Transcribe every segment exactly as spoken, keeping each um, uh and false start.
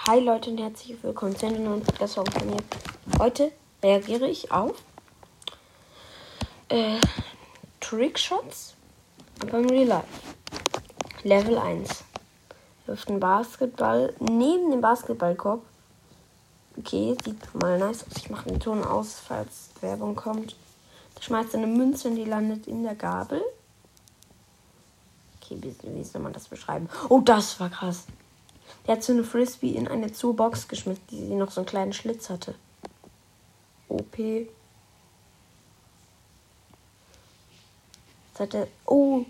Hi Leute und herzlich willkommen zu einer neuen Podcast-Folge von mir. Heute reagiere ich auf äh, Trickshots beim Real Life. Level eins. Wirft einen Basketball neben dem Basketballkorb. Okay, sieht mal nice aus. Ich mache den Ton aus, falls Werbung kommt. Da schmeißt er eine Münze und die landet in der Gabel. Okay, wie, wie soll man das beschreiben? Oh, das war krass. Der hat so eine Frisbee in eine Zoobox geschmissen, die noch so einen kleinen Schlitz hatte. O P. Das hat er. Oh.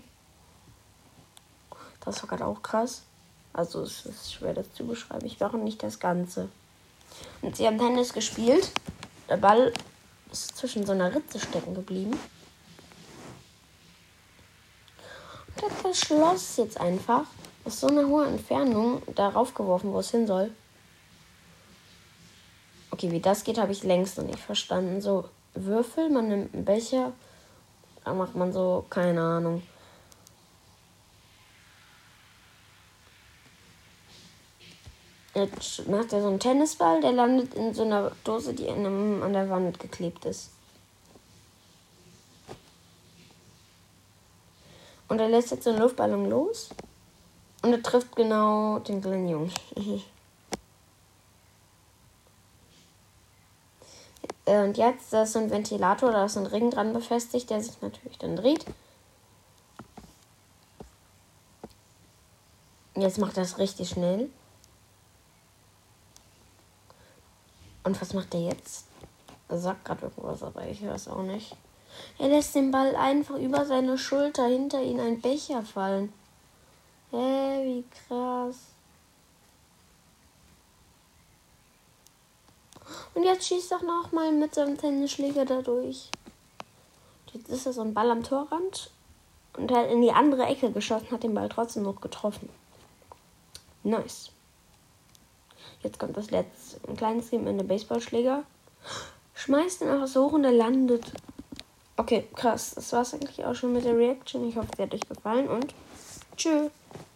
Das war gerade auch krass. Also es ist schwer, das zu beschreiben. Ich brauche nicht das Ganze. Und sie haben Tennis gespielt. Der Ball ist zwischen so einer Ritze stecken geblieben. Und hat das Schloss jetzt einfach aus so einer hohen Entfernung darauf geworfen, wo es hin soll. Okay, wie das geht, habe ich längst noch nicht verstanden. So Würfel, man nimmt einen Becher, da macht man so, keine Ahnung. Jetzt macht er so einen Tennisball, der landet in so einer Dose, die in einem, an der Wand geklebt ist. Und er lässt jetzt so einen Luftballon los. Und er trifft genau den kleinen Jungen. Und jetzt da ist so ein Ventilator, da ist ein Ring dran befestigt, der sich natürlich dann dreht. Jetzt macht er es richtig schnell. Und was macht er jetzt? Er sagt gerade irgendwas, aber ich höre es auch nicht. Er lässt den Ball einfach über seine Schulter hinter ihn einen Becher fallen. Hä, hey, wie krass. Und jetzt schießt er noch mal mit seinem Tennisschläger da durch. Jetzt ist er so ein Ball am Torrand und hat in die andere Ecke geschossen, hat den Ball trotzdem noch getroffen. Nice. Jetzt kommt das letzte. Ein kleines Game in den Baseballschläger. Schmeißt ihn einfach so hoch und er landet. Okay, krass. Das war's eigentlich auch schon mit der Reaction. Ich hoffe, sie hat euch gefallen und tschüss.